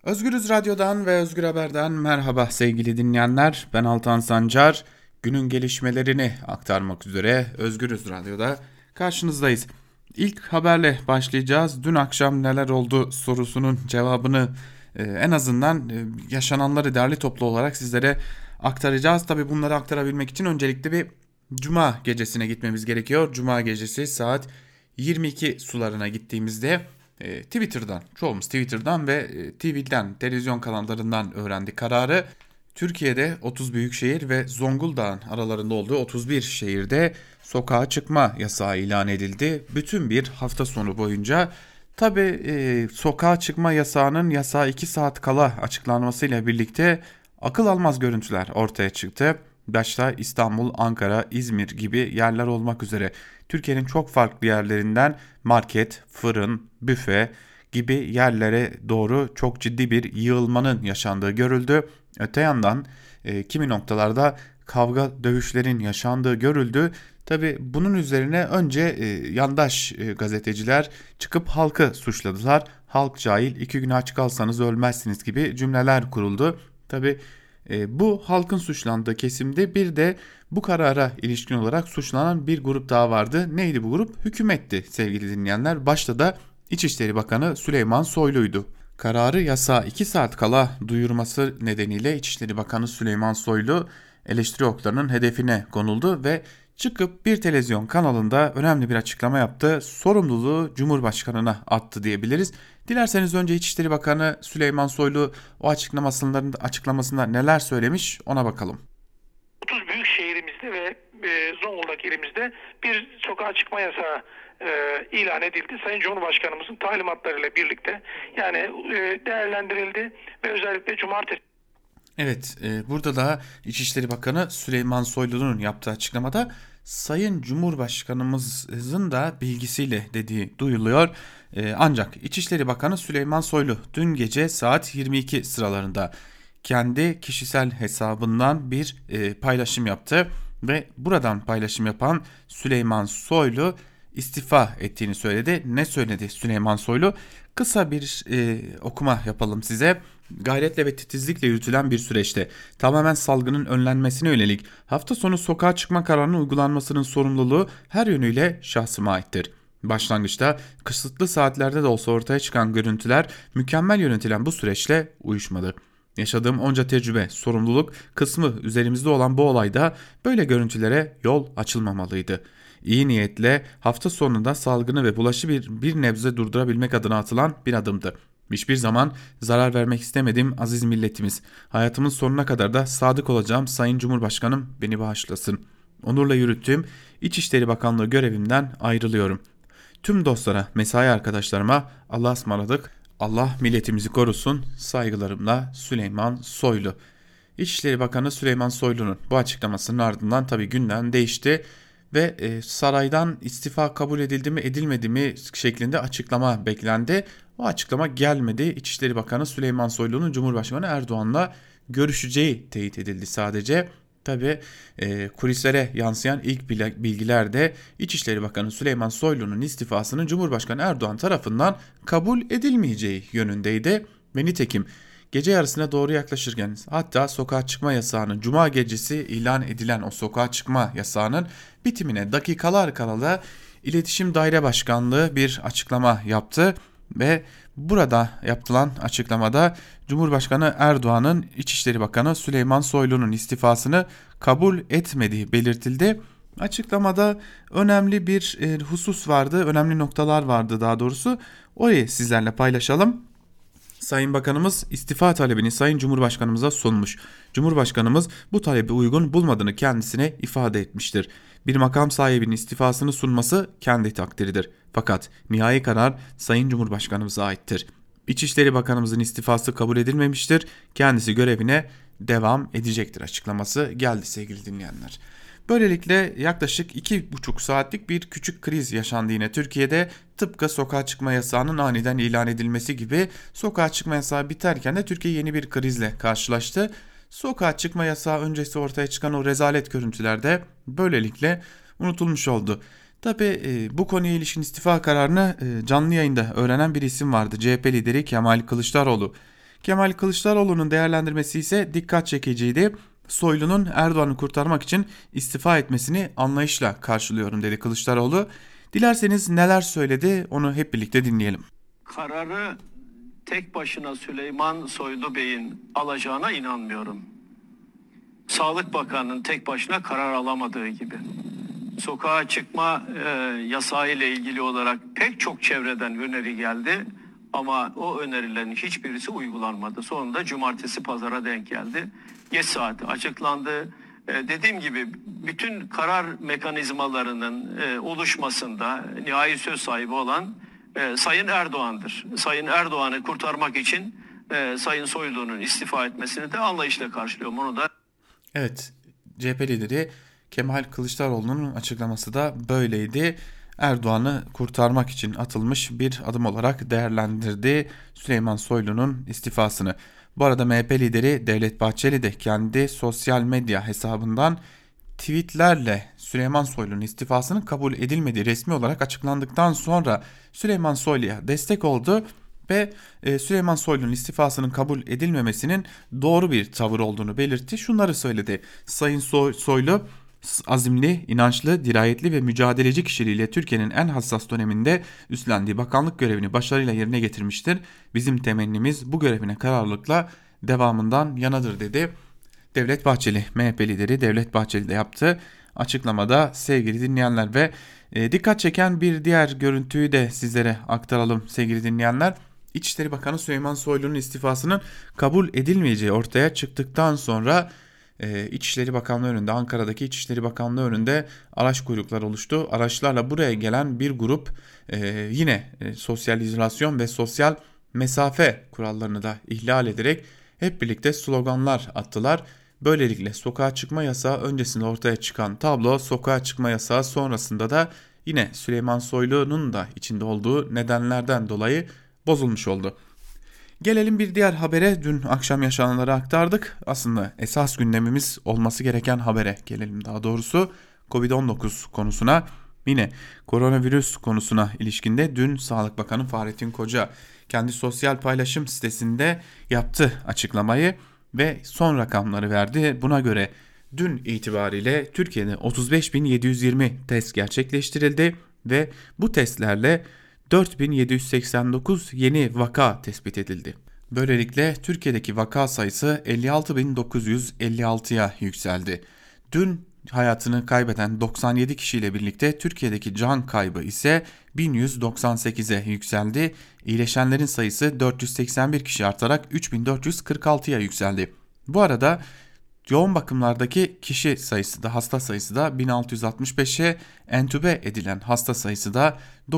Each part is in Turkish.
Özgürüz Radyo'dan ve Özgür Haber'den merhaba sevgili dinleyenler. Ben Altan Sancar. Günün gelişmelerini aktarmak üzere Özgürüz Radyo'da karşınızdayız. İlk haberle başlayacağız. Dün akşam neler oldu sorusunun cevabını en azından yaşananları derli toplu olarak sizlere aktaracağız. Tabii bunları aktarabilmek için öncelikle bir Cuma gecesine gitmemiz gerekiyor. Cuma gecesi saat 22 sularına gittiğimizde Twitter'dan, çoğumuz Twitter'dan ve TV'den, televizyon kanallarından öğrendik kararı. Türkiye'de 30 büyükşehir ve Zonguldak'ın aralarında olduğu 31 şehirde sokağa çıkma yasağı ilan edildi. Bütün bir hafta sonu boyunca tabii sokağa çıkma yasağının yasağa 2 saat kala açıklanmasıyla birlikte akıl almaz görüntüler ortaya çıktı. Başta İstanbul, Ankara, İzmir gibi yerler olmak üzere Türkiye'nin çok farklı yerlerinden market, fırın, büfe gibi yerlere doğru çok ciddi bir yığılmanın yaşandığı görüldü. Öte yandan kimi noktalarda kavga dövüşlerin yaşandığı görüldü. Tabi bunun üzerine önce yandaş gazeteciler çıkıp halkı suçladılar. Halk cahil, iki gün aç kalsanız ölmezsiniz gibi cümleler kuruldu. Tabi bu halkın suçlandığı kesimde bir de bu karara ilişkin olarak suçlanan bir grup daha vardı. Neydi bu grup? Hükümetti sevgili dinleyenler. Başta da İçişleri Bakanı Süleyman Soylu'ydu. Kararı yasağa 2 saat kala duyurması nedeniyle İçişleri Bakanı Süleyman Soylu eleştiri oklarının hedefine konuldu ve çıkıp bir televizyon kanalında önemli bir açıklama yaptı. Sorumluluğu Cumhurbaşkanı'na attı diyebiliriz. Dilerseniz önce İçişleri Bakanı Süleyman Soylu o açıklamasında neler söylemiş ona bakalım. 30 büyük şehrimizde ve Zonguldak ilimizde bir sokağa çıkma yasağı ilan edildi. Sayın Cumhurbaşkanımızın talimatlarıyla birlikte yani değerlendirildi ve özellikle cumartesi. Evet, burada da İçişleri Bakanı Süleyman Soylu'nun yaptığı açıklamada Sayın Cumhurbaşkanımızın da bilgisiyle dediği duyuluyor. Ancak İçişleri Bakanı Süleyman Soylu dün gece saat 22 sıralarında kendi kişisel hesabından bir paylaşım yaptı ve buradan paylaşım yapan Süleyman Soylu istifa ettiğini söyledi. Ne söyledi Süleyman Soylu? Kısa bir okuma yapalım size. Gayretle ve titizlikle yürütülen bir süreçte tamamen salgının önlenmesine yönelik hafta sonu sokağa çıkma kararının uygulanmasının sorumluluğu her yönüyle şahsıma aittir. Başlangıçta kısıtlı saatlerde de olsa ortaya çıkan görüntüler mükemmel yönetilen bu süreçle uyuşmadı. Yaşadığım onca tecrübe, sorumluluk kısmı üzerimizde olan bu olayda böyle görüntülere yol açılmamalıydı. İyi niyetle hafta sonunda salgını ve bulaşı bir nebze durdurabilmek adına atılan bir adımdı. Hiçbir zaman zarar vermek istemedim aziz milletimiz. Hayatımın sonuna kadar da sadık olacağım Sayın Cumhurbaşkanım beni bağışlasın. Onurla yürüttüğüm İçişleri Bakanlığı görevimden ayrılıyorum. Tüm dostlara, mesai arkadaşlarıma Allah'a ısmarladık. Allah milletimizi korusun. Saygılarımla Süleyman Soylu. İçişleri Bakanı Süleyman Soylu'nun bu açıklamasının ardından tabii gündem değişti ve saraydan istifa kabul edildi mi edilmedi mi şeklinde açıklama beklendi. O açıklama gelmedi. İçişleri Bakanı Süleyman Soylu'nun Cumhurbaşkanı Erdoğan'la görüşeceği teyit edildi sadece. Tabi kulislere yansıyan ilk bilgiler de İçişleri Bakanı Süleyman Soylu'nun istifasının Cumhurbaşkanı Erdoğan tarafından kabul edilmeyeceği yönündeydi. Ve nitekim gece yarısına doğru yaklaşırken hatta sokağa çıkma yasağının Cuma gecesi ilan edilen o sokağa çıkma yasağının bitimine dakikalar kala İletişim Daire Başkanlığı bir açıklama yaptı ve burada yapılan açıklamada Cumhurbaşkanı Erdoğan'ın İçişleri Bakanı Süleyman Soylu'nun istifasını kabul etmediği belirtildi. Açıklamada önemli bir husus vardı, önemli noktalar vardı daha doğrusu. Orayı sizlerle paylaşalım. Sayın Bakanımız istifa talebini Sayın Cumhurbaşkanımıza sunmuş. Cumhurbaşkanımız bu talebi uygun bulmadığını kendisine ifade etmiştir. Bir makam sahibinin istifasını sunması kendi takdiridir. Fakat nihai karar Sayın Cumhurbaşkanımıza aittir. İçişleri Bakanımızın istifası kabul edilmemiştir. Kendisi görevine devam edecektir açıklaması geldi sevgili dinleyenler. Böylelikle yaklaşık 2,5 saatlik bir küçük kriz yaşandı yine Türkiye'de. Tıpkı sokağa çıkma yasağının aniden ilan edilmesi gibi sokağa çıkma yasağı biterken de Türkiye yeni bir krizle karşılaştı. Sokağa çıkma yasağı öncesi ortaya çıkan o rezalet görüntüler de böylelikle unutulmuş oldu. Tabi bu konuya ilişkin istifa kararını canlı yayında öğrenen bir isim vardı. CHP lideri Kemal Kılıçdaroğlu. Kemal Kılıçdaroğlu'nun değerlendirmesi ise dikkat çekiciydi. Soylu'nun Erdoğan'ı kurtarmak için istifa etmesini anlayışla karşılıyorum dedi Kılıçdaroğlu. Dilerseniz neler söyledi onu hep birlikte dinleyelim. Kararı tek başına Süleyman Soylu Bey'in alacağına inanmıyorum. Sağlık Bakanı'nın tek başına karar alamadığı gibi. Sokağa çıkma yasağı ile ilgili olarak pek çok çevreden öneri geldi. Ama o önerilerin hiçbirisi uygulanmadı. Sonunda cumartesi pazara denk geldi. Geç saati açıklandı. Dediğim gibi bütün karar mekanizmalarının oluşmasında nihai söz sahibi olan Sayın Erdoğan'dır. Sayın Erdoğan'ı kurtarmak için Sayın Soylu'nun istifa etmesini de anlayışla karşılıyorum. Onu da. Evet, CHP lideri Kemal Kılıçdaroğlu'nun açıklaması da böyleydi. Erdoğan'ı kurtarmak için atılmış bir adım olarak değerlendirdi Süleyman Soylu'nun istifasını. Bu arada MHP lideri Devlet Bahçeli de kendi sosyal medya hesabından tweetlerle Süleyman Soylu'nun istifasının kabul edilmediği resmi olarak açıklandıktan sonra Süleyman Soylu'ya destek oldu ve Süleyman Soylu'nun istifasının kabul edilmemesinin doğru bir tavır olduğunu belirtti. Şunları söyledi. Sayın Soylu azimli, inançlı, dirayetli ve mücadeleci kişiliğiyle Türkiye'nin en hassas döneminde üstlendiği bakanlık görevini başarıyla yerine getirmiştir. Bizim temennimiz bu görevine kararlılıkla devamından yanadır dedi. Devlet Bahçeli, MHP lideri Devlet Bahçeli de yaptı açıklamada sevgili dinleyenler ve dikkat çeken bir diğer görüntüyü de sizlere aktaralım sevgili dinleyenler. İçişleri Bakanı Süleyman Soylu'nun istifasının kabul edilmeyeceği ortaya çıktıktan sonra İçişleri Bakanlığı önünde, Ankara'daki İçişleri Bakanlığı önünde araç kuyrukları oluştu. Araçlarla buraya gelen bir grup yine sosyal izolasyon ve sosyal mesafe kurallarını da ihlal ederek hep birlikte sloganlar attılar. Böylelikle sokağa çıkma yasağı öncesinde ortaya çıkan tablo sokağa çıkma yasağı sonrasında da yine Süleyman Soylu'nun da içinde olduğu nedenlerden dolayı bozulmuş oldu. Gelelim bir diğer habere. Dün akşam yaşananları aktardık. Aslında esas gündemimiz olması gereken habere gelelim daha doğrusu. Covid-19 konusuna, yine koronavirüs konusuna ilişkinde dün Sağlık Bakanı Fahrettin Koca kendi sosyal paylaşım sitesinde yaptı açıklamayı ve son rakamları verdi. Buna göre dün itibariyle Türkiye'de 35.720 test gerçekleştirildi ve bu testlerle 4.789 yeni vaka tespit edildi. Böylelikle Türkiye'deki vaka sayısı 56.956'ya yükseldi. Dün hayatını kaybeden 97 kişiyle birlikte Türkiye'deki can kaybı ise 1198'e yükseldi. İyileşenlerin sayısı 481 kişi artarak 3446'ya yükseldi. Bu arada yoğun bakımlardaki kişi sayısı da hasta sayısı da 1665'e, entübe edilen hasta sayısı da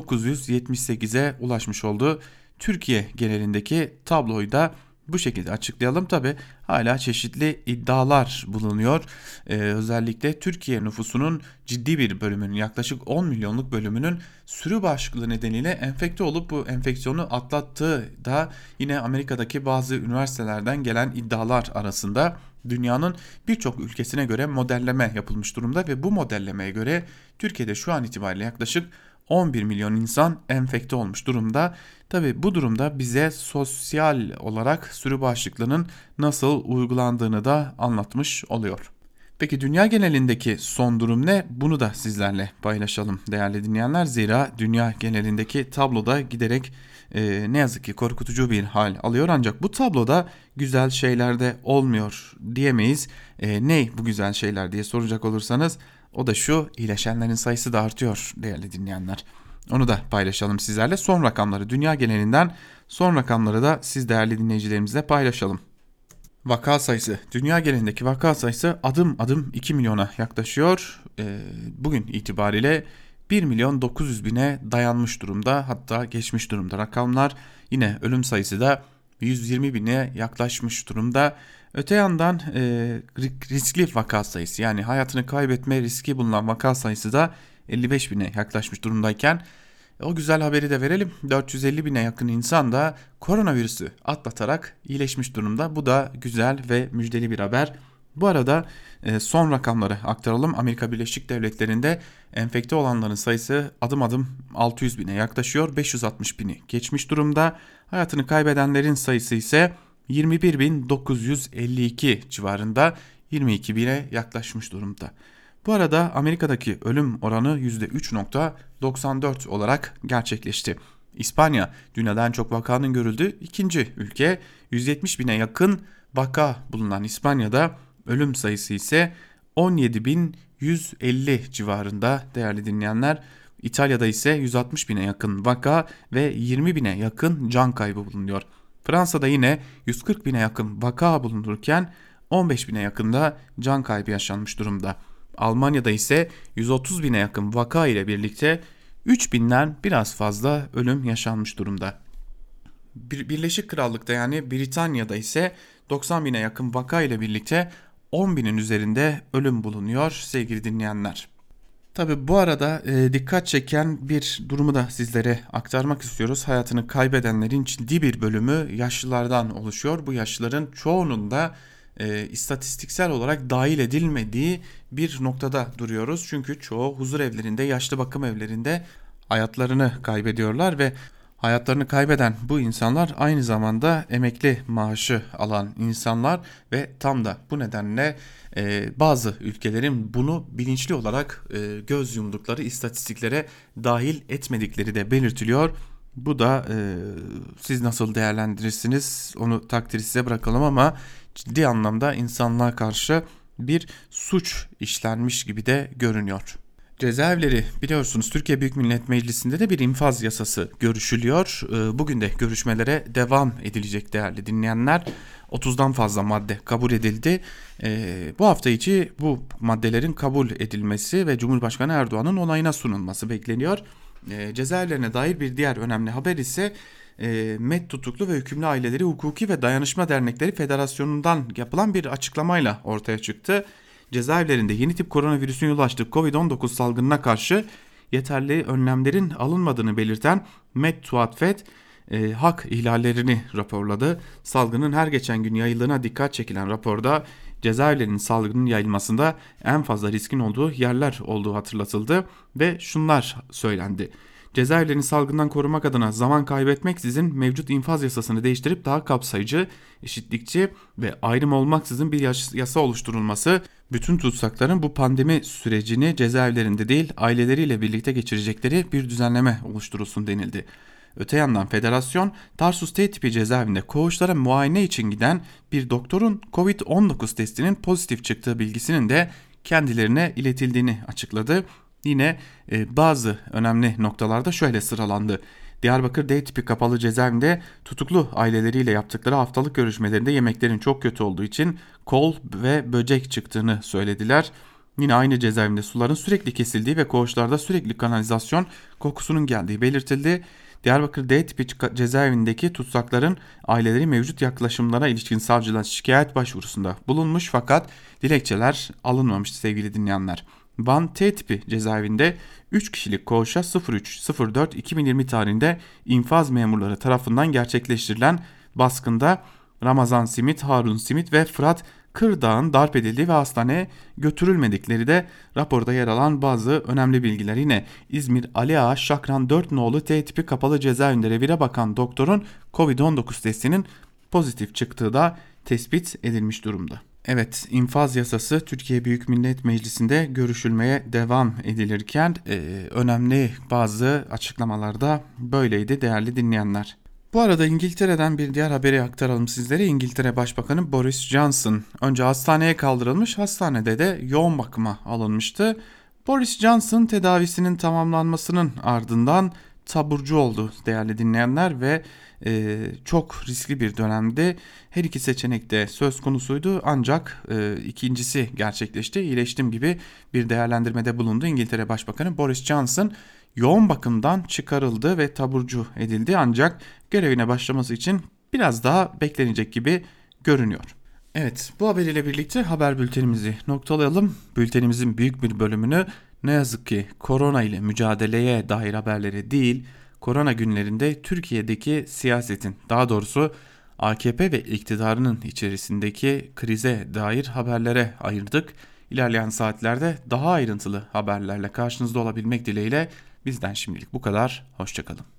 978'e ulaşmış oldu. Türkiye genelindeki tabloyu da bu şekilde açıklayalım. Tabi hala çeşitli iddialar bulunuyor. Özellikle Türkiye nüfusunun ciddi bir bölümünün, yaklaşık 10 milyonluk bölümünün sürü bağışıklığı nedeniyle enfekte olup bu enfeksiyonu atlattığı da yine Amerika'daki bazı üniversitelerden gelen iddialar arasında. Dünyanın birçok ülkesine göre modelleme yapılmış durumda ve bu modellemeye göre Türkiye'de şu an itibariyle yaklaşık 11 milyon insan enfekte olmuş durumda. Tabi bu durumda bize sosyal olarak sürü bağışıklığının nasıl uygulandığını da anlatmış oluyor. Peki dünya genelindeki son durum ne? Bunu da sizlerle paylaşalım değerli dinleyenler. Zira dünya genelindeki tabloda giderek ne yazık ki korkutucu bir hal alıyor. Ancak bu tabloda güzel şeyler de olmuyor diyemeyiz. Ne bu güzel şeyler diye soracak olursanız o da şu: iyileşenlerin sayısı da artıyor değerli dinleyenler. Onu da paylaşalım sizlerle. Son rakamları, dünya genelinden son rakamları da siz değerli dinleyicilerimizle paylaşalım. Vaka sayısı, dünya genelindeki vaka sayısı adım adım 2 milyona yaklaşıyor. Bugün itibariyle 1 milyon 900 bine dayanmış durumda, hatta geçmiş durumda rakamlar. Yine ölüm sayısı da 120 bine yaklaşmış durumda. Öte yandan riskli vaka sayısı, yani hayatını kaybetme riski bulunan vaka sayısı da 55 bine yaklaşmış durumdayken o güzel haberi de verelim. 450 bine yakın insan da koronavirüsü atlatarak iyileşmiş durumda. Bu da güzel ve müjdeli bir haber. Bu arada son rakamları aktaralım. Amerika Birleşik Devletleri'nde enfekte olanların sayısı adım adım 600 bine yaklaşıyor. 560 bini geçmiş durumda. Hayatını kaybedenlerin sayısı ise 21.952 civarında 22 bine yaklaşmış durumda. Bu arada Amerika'daki ölüm oranı %3.94 olarak gerçekleşti. İspanya dünyadan çok vakanın görüldüğü ikinci ülke. 170 bine yakın vaka bulunan İspanya'da ölüm sayısı ise 17.150 civarında değerli dinleyenler. İtalya'da ise 160 bine yakın vaka ve 20 bine yakın can kaybı bulunuyor. Fransa'da yine 140 bine yakın vaka bulunurken 15 bine yakında can kaybı yaşanmış durumda. Almanya'da ise 130 bine yakın vaka ile birlikte 3000'den biraz fazla ölüm yaşanmış durumda. Birleşik Krallık'ta yani Britanya'da ise 90 bine yakın vaka ile birlikte 10 binin üzerinde ölüm bulunuyor sevgili dinleyenler. Tabi bu arada dikkat çeken bir durumu da sizlere aktarmak istiyoruz. Hayatını kaybedenlerin ciddi bir bölümü yaşlılardan oluşuyor. Bu yaşlıların çoğunun da istatistiksel olarak dahil edilmediği bir noktada duruyoruz. Çünkü çoğu huzur evlerinde, yaşlı bakım evlerinde hayatlarını kaybediyorlar ve hayatlarını kaybeden bu insanlar aynı zamanda emekli maaşı alan insanlar ve tam da bu nedenle bazı ülkelerin bunu bilinçli olarak göz yumdukları istatistiklere dahil etmedikleri de belirtiliyor. Bu da siz nasıl değerlendirirsiniz onu takdiri size bırakalım ama ciddi anlamda insanlığa karşı bir suç işlenmiş gibi de görünüyor. Cezaevleri biliyorsunuz Türkiye Büyük Millet Meclisi'nde de bir infaz yasası görüşülüyor. Bugün de görüşmelere devam edilecek değerli dinleyenler. 30'dan fazla madde kabul edildi. Bu hafta içi bu maddelerin kabul edilmesi ve Cumhurbaşkanı Erdoğan'ın onayına sunulması bekleniyor. Cezaevlerine dair bir diğer önemli haber ise MET Tutuklu ve Hükümlü Aileleri Hukuki ve Dayanışma Dernekleri Federasyonu'ndan yapılan bir açıklamayla ortaya çıktı. Cezaevlerinde yeni tip koronavirüsün yol açtığı Covid-19 salgınına karşı yeterli önlemlerin alınmadığını belirten MET-TUATFED hak ihlallerini raporladı. Salgının her geçen gün yayıldığına dikkat çekilen raporda cezaevlerinin salgının yayılmasında en fazla riskin olduğu yerler olduğu hatırlatıldı ve şunlar söylendi. Cezaevlerini salgından korumak adına zaman kaybetmeksizin mevcut infaz yasasını değiştirip daha kapsayıcı, eşitlikçi ve ayrım olmaksızın bir yasa oluşturulması, bütün tutsakların bu pandemi sürecini cezaevlerinde değil aileleriyle birlikte geçirecekleri bir düzenleme oluşturulsun denildi. Öte yandan federasyon Tarsus T tipi cezaevinde koğuşlara muayene için giden bir doktorun Covid-19 testinin pozitif çıktığı bilgisinin de kendilerine iletildiğini açıkladı. Yine bazı önemli noktalarda şöyle sıralandı. Diyarbakır D tipi kapalı cezaevinde tutuklu aileleriyle yaptıkları haftalık görüşmelerinde yemeklerin çok kötü olduğu için kol ve böcek çıktığını söylediler. Yine aynı cezaevinde suların sürekli kesildiği ve koğuşlarda sürekli kanalizasyon kokusunun geldiği belirtildi. Diyarbakır D tipi cezaevindeki tutsakların aileleri mevcut yaklaşımlara ilişkin savcılığa şikayet başvurusunda bulunmuş fakat dilekçeler alınmamıştı sevgili dinleyenler. Van T tipi cezaevinde 3 kişilik koğuşa 03.04.2020 tarihinde infaz memurları tarafından gerçekleştirilen baskında Ramazan Simit, Harun Simit ve Fırat Kırdağ'ın darp edildiği ve hastaneye götürülmedikleri de raporda yer alan bazı önemli bilgiler. Yine İzmir Ali Ağa Şakran 4 nolu T tipi kapalı cezaevinde revire bakan doktorun Covid-19 testinin pozitif çıktığı da tespit edilmiş durumda. Evet, infaz yasası Türkiye Büyük Millet Meclisi'nde görüşülmeye devam edilirken önemli bazı açıklamalarda böyleydi değerli dinleyenler. Bu arada İngiltere'den bir diğer haberi aktaralım sizlere. İngiltere Başbakanı Boris Johnson önce hastaneye kaldırılmış, hastanede de yoğun bakıma alınmıştı. Boris Johnson tedavisinin tamamlanmasının ardından taburcu oldu değerli dinleyenler ve çok riskli bir dönemde her iki seçenek de söz konusuydu ancak ikincisi gerçekleşti. İyileştim gibi bir değerlendirmede bulundu. İngiltere Başbakanı Boris Johnson yoğun bakımdan çıkarıldı ve taburcu edildi ancak görevine başlaması için biraz daha beklenecek gibi görünüyor. Evet, bu haber ile birlikte haber bültenimizi noktalayalım. Bültenimizin büyük bir bölümünü ne yazık ki korona ile mücadeleye dair haberlere değil, korona günlerinde Türkiye'deki siyasetin, daha doğrusu AKP ve iktidarının içerisindeki krize dair haberlere ayırdık. İlerleyen saatlerde daha ayrıntılı haberlerle karşınızda olabilmek dileğiyle bizden şimdilik bu kadar. Hoşça kalın.